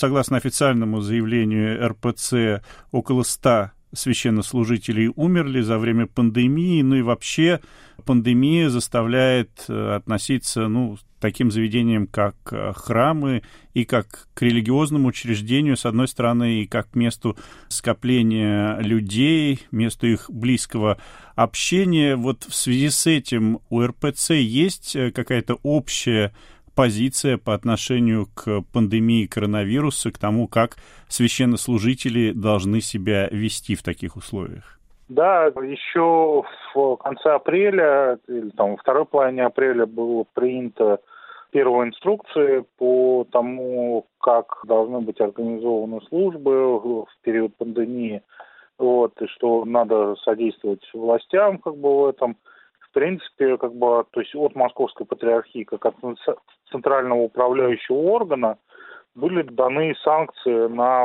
Согласно официальному заявлению РПЦ, около 100 священнослужителей умерли за время пандемии, ну и вообще пандемия заставляет относиться, к таким заведениям, как храмы, и как к религиозному учреждению, с одной стороны, и как к месту скопления людей, месту их близкого общения. Вот в связи с этим у РПЦ есть какая-то общая позиция по отношению к пандемии коронавируса, к тому, как священнослужители должны себя вести в таких условиях? Да, еще в конце апреля, или там во второй половине апреля было принято первые инструкции по тому, как должны быть организованы службы в период пандемии, и что надо содействовать властям в этом. В принципе, то есть от Московской патриархии, как от центрального управляющего органа, были даны санкции на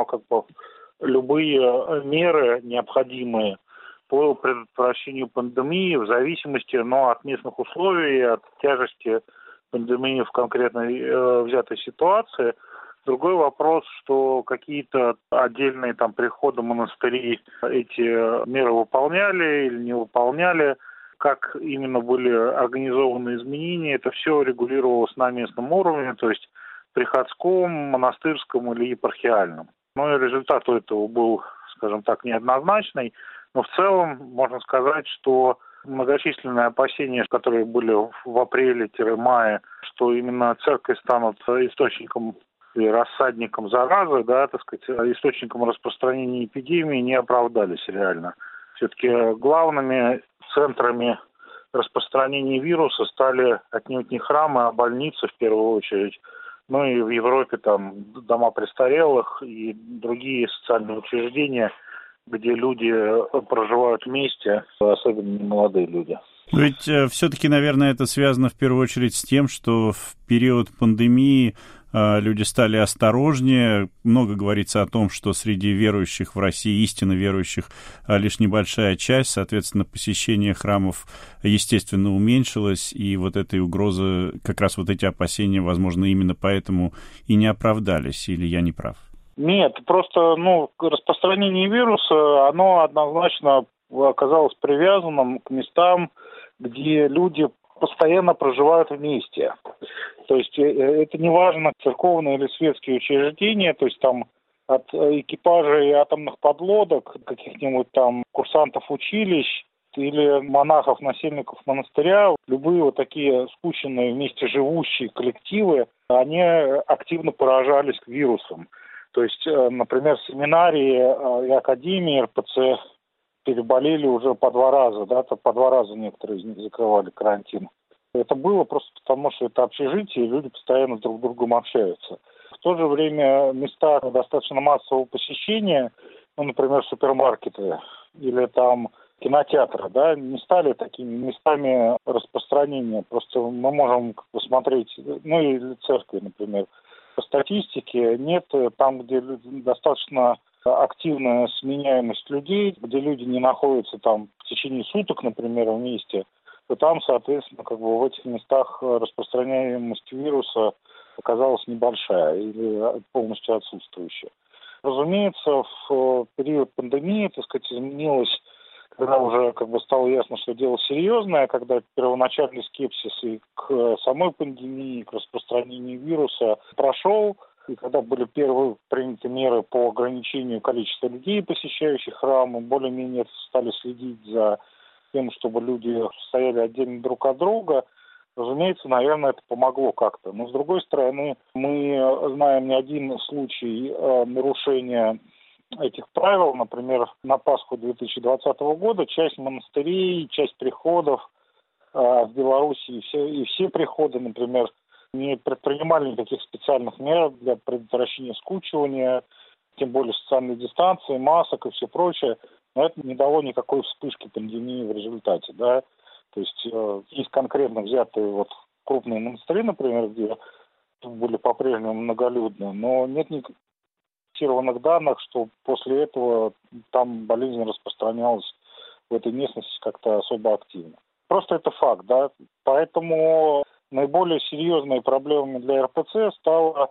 любые меры, необходимые по предотвращению пандемии, в зависимости, от местных условий, от тяжести пандемии в конкретной взятой ситуации. Другой вопрос, что какие-то отдельные приходы, монастыри эти меры выполняли или не выполняли, как именно были организованы изменения, это все регулировалось на местном уровне, то есть приходском, монастырском или епархиальном. И результат у этого был, скажем так, неоднозначный, но в целом можно сказать, что многочисленные опасения, которые были в апреле-мае, что именно церкви станут источником или рассадником заразы, источником распространения эпидемии, не оправдались реально. Все-таки главными центрами распространения вируса стали отнюдь не храмы, а больницы в первую очередь. И в Европе дома престарелых и другие социальные учреждения, где люди проживают вместе, особенно молодые люди. Ведь все-таки, наверное, это связано в первую очередь с тем, что в период пандемии люди стали осторожнее. Много говорится о том, что среди верующих в России, истинно верующих, лишь небольшая часть, соответственно, посещение храмов, естественно, уменьшилось, и вот этой угрозы, как раз вот эти опасения, возможно, именно поэтому и не оправдались, или я не прав? Нет, просто, распространение вируса, оно однозначно оказалось привязанным к местам, где люди постоянно проживают вместе. То есть это не важно, церковные или светские учреждения, то есть от экипажей атомных подлодок, каких-нибудь курсантов училищ или монахов-насельников монастыря, любые такие скученные вместе живущие коллективы, они активно поражались вирусом. То есть, например, семинарии и академии РПЦ переболели уже по 2 раза, по 2 раза некоторые из них закрывали карантин. Это было просто потому, что это общежитие, и люди постоянно друг с другом общаются. В то же время места достаточно массового посещения, например, супермаркеты или кинотеатры, не стали такими местами распространения. Просто мы можем смотреть, или церкви, например, по статистике, нет там, где достаточно активная сменяемость людей, где люди не находятся в течение суток, например, вместе, то там, соответственно, в этих местах распространяемость вируса оказалась небольшая или полностью отсутствующая. Разумеется, в период пандемии, изменилось, когда уже стало ясно, что дело серьезное, когда первоначальный скепсис и к самой пандемии, к распространению вируса прошел, и когда были первые приняты меры по ограничению количества людей, посещающих храмы, более-менее стали следить за тем, чтобы люди стояли отдельно друг от друга, разумеется, наверное, это помогло как-то. Но, с другой стороны, мы знаем не один случай нарушения этих правил. Например, на Пасху 2020 года часть монастырей, часть приходов в Беларуси и все приходы, например, не предпринимали никаких специальных мер для предотвращения скучивания, тем более социальной дистанции, масок и все прочее. Но это не дало никакой вспышки пандемии в результате. То есть есть конкретно взятые крупные монастыри, например, где были по-прежнему многолюдны, но нет никаких фиксированных данных, что после этого там болезнь распространялась в этой местности как-то особо активно. Просто это факт, Поэтому наиболее серьезной проблемой для РПЦ стало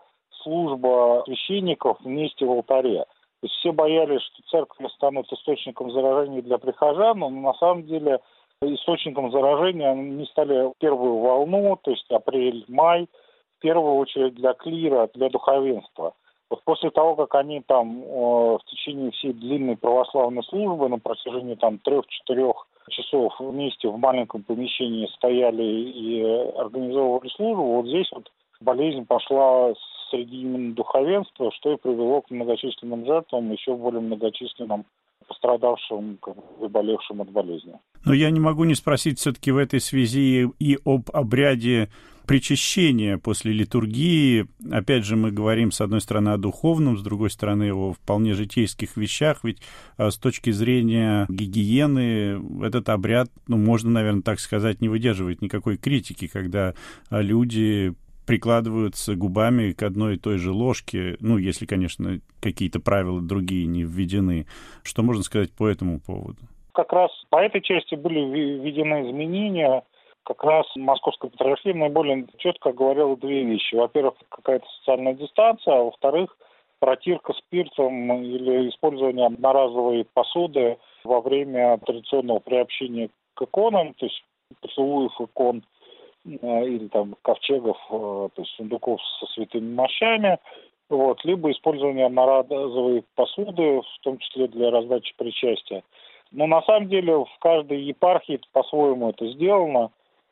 служба священников вместе в алтаре. То есть все боялись, что церкви станут источником заражения для прихожан, но на самом деле источником заражения они стали в первую волну, то есть апрель-май, в первую очередь для клира, для духовенства. Вот после того, как они там в течение всей длинной православной службы на протяжении там 3-4 часов вместе в маленьком помещении стояли и организовывали службу, вот здесь вот болезнь пошла среди именно духовенства, что и привело к многочисленным жертвам, еще более многочисленным пострадавшим и заболевшим от болезни. Но я не могу не спросить все-таки в этой связи и об обряде причащения после литургии. Опять же, мы говорим, с одной стороны, о духовном, с другой стороны, о вполне житейских вещах, ведь с точки зрения гигиены этот обряд, можно, наверное, так сказать, не выдерживает никакой критики, когда люди прикладываются губами к одной и той же ложке, если, конечно, какие-то правила другие не введены. Что можно сказать по этому поводу? Как раз по этой части были введены изменения. Как раз Московская патриархия наиболее четко говорила две вещи. Во-первых, какая-то социальная дистанция, а во-вторых, протирка спиртом или использование одноразовой посуды во время традиционного приобщения к иконам, то есть поцелуев икон или там ковчегов, то есть сундуков со святыми мощами, либо использование одноразовой посуды, в том числе для раздачи причастия. Но на самом деле в каждой епархии по-своему это сделано.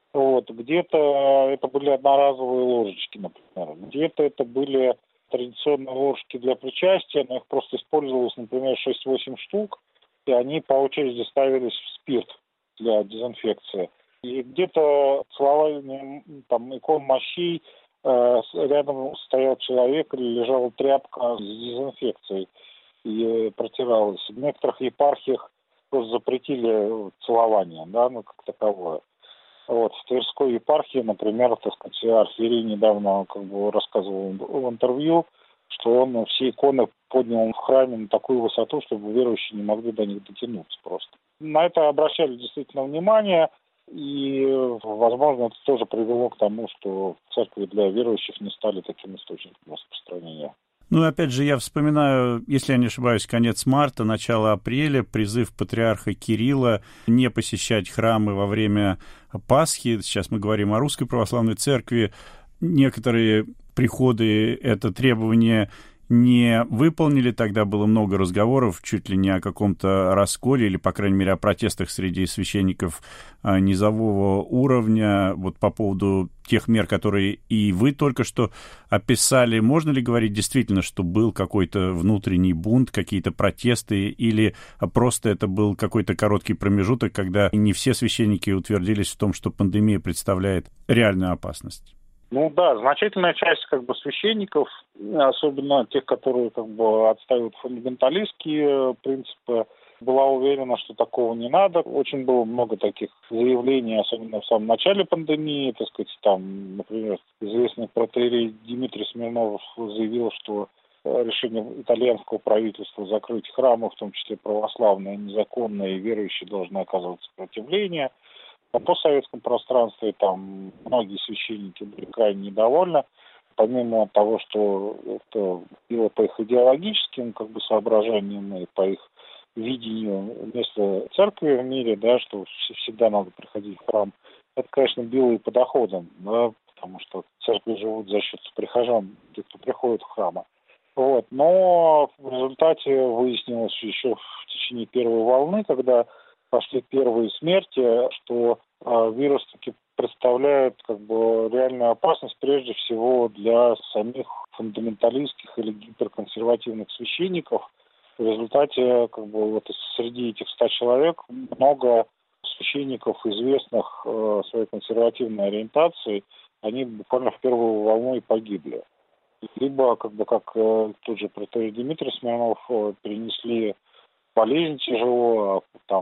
Где-то это были одноразовые ложечки, например. Где-то это были традиционные ложки для причастия, но их просто использовалось, например, 6-8 штук, и они по очереди ставились в спирт для дезинфекции. И где-то целование икон мощей рядом стоял человек или лежала тряпка с дезинфекцией и протиралась. В некоторых епархиях просто запретили целование, как таковое. В Тверской епархии, например, архиерей недавно рассказывал в интервью, что он все иконы поднял в храме на такую высоту, чтобы верующие не могли до них дотянуться просто. На это обращали действительно внимание, и, возможно, это тоже привело к тому, что церкви для верующих не стали таким источником распространения. Опять же, я вспоминаю, если я не ошибаюсь, конец марта, начало апреля, призыв патриарха Кирилла не посещать храмы во время Пасхи. Сейчас мы говорим о Русской Православной Церкви. Некоторые приходы это требование не выполнили. Тогда было много разговоров, чуть ли не о каком-то расколе или, по крайней мере, о протестах среди священников низового уровня. По поводу тех мер, которые и вы только что описали. Можно ли говорить действительно, что был какой-то внутренний бунт, какие-то протесты, или просто это был какой-то короткий промежуток, когда не все священники утвердились в том, что пандемия представляет реальную опасность? Значительная часть священников, особенно тех, которые отстаивают фундаменталистские принципы, была уверена, что такого не надо. Очень было много таких заявлений, особенно в самом начале пандемии. Например, известный протоиерей Дмитрий Смирнов заявил, что решение итальянского правительства закрыть храмы, в том числе православные, незаконные, и верующие должны оказывать сопротивление. На постсоветском пространстве многие священники были крайне недовольны, помимо того, что это было по их идеологическим соображениям и по их видению места церкви в мире, что всегда надо приходить в храм. Это, конечно, било и по доходам, потому что церкви живут за счет прихожан, тех, кто приходит в храмы. Но в результате выяснилось еще в течение первой волны, когда пошли первые смерти, что вирус таки представляет реальную опасность прежде всего для самих фундаменталистских или гиперконсервативных священников. В результате среди этих 100 человек много священников, известных своей консервативной ориентацией, они буквально в первую волну и погибли. Либо, как тот же протоиерей Дмитрий Смирнов, перенесли болезнь тяжело,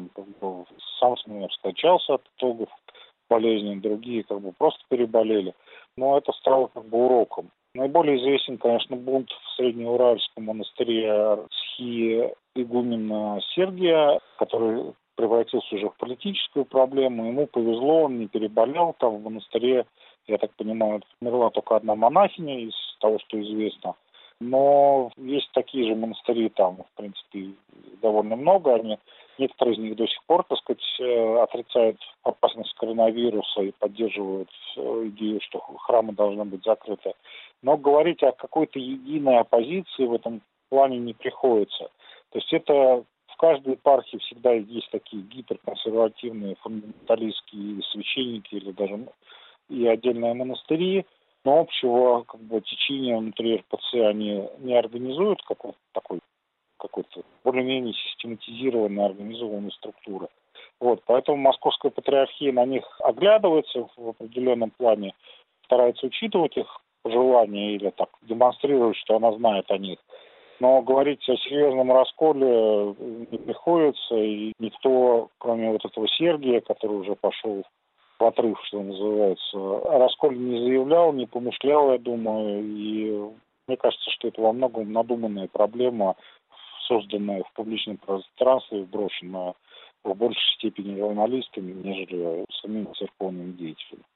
сам Смирнов скончался от итогов болезни, другие просто переболели. Но это стало уроком. Наиболее известен, конечно, бунт в Среднеуральском монастыре схи игумена Сергия, который превратился уже в политическую проблему. Ему повезло, он не переболел. Там в монастыре Я так понимаю, умерла только одна монахиня из того, что известно. Но есть такие же монастыри там, в принципе, довольно много. Некоторые из них до сих пор, так сказать, отрицают опасность коронавируса и поддерживают идею, что храмы должны быть закрыты. Но говорить о какой-то единой оппозиции в этом плане не приходится. То есть это в каждой епархии всегда есть такие гиперконсервативные фундаменталистские священники или даже и отдельные монастыри, но общего течения внутри РПЦ они не организуют какой-то более-менее систематизированной, организованной структуры. Поэтому Московская патриархия на них оглядывается в определенном плане, старается учитывать их пожелания или так демонстрировать, что она знает о них. Но говорить о серьезном расколе не приходится, и никто, кроме этого Сергия, который уже пошел в отрыв, что называется, о расколе не заявлял, не помышлял, я думаю, и мне кажется, что это во многом надуманная проблема, созданная в публичном пространстве, брошенная в большей степени журналистами, нежели самими церковными деятелями.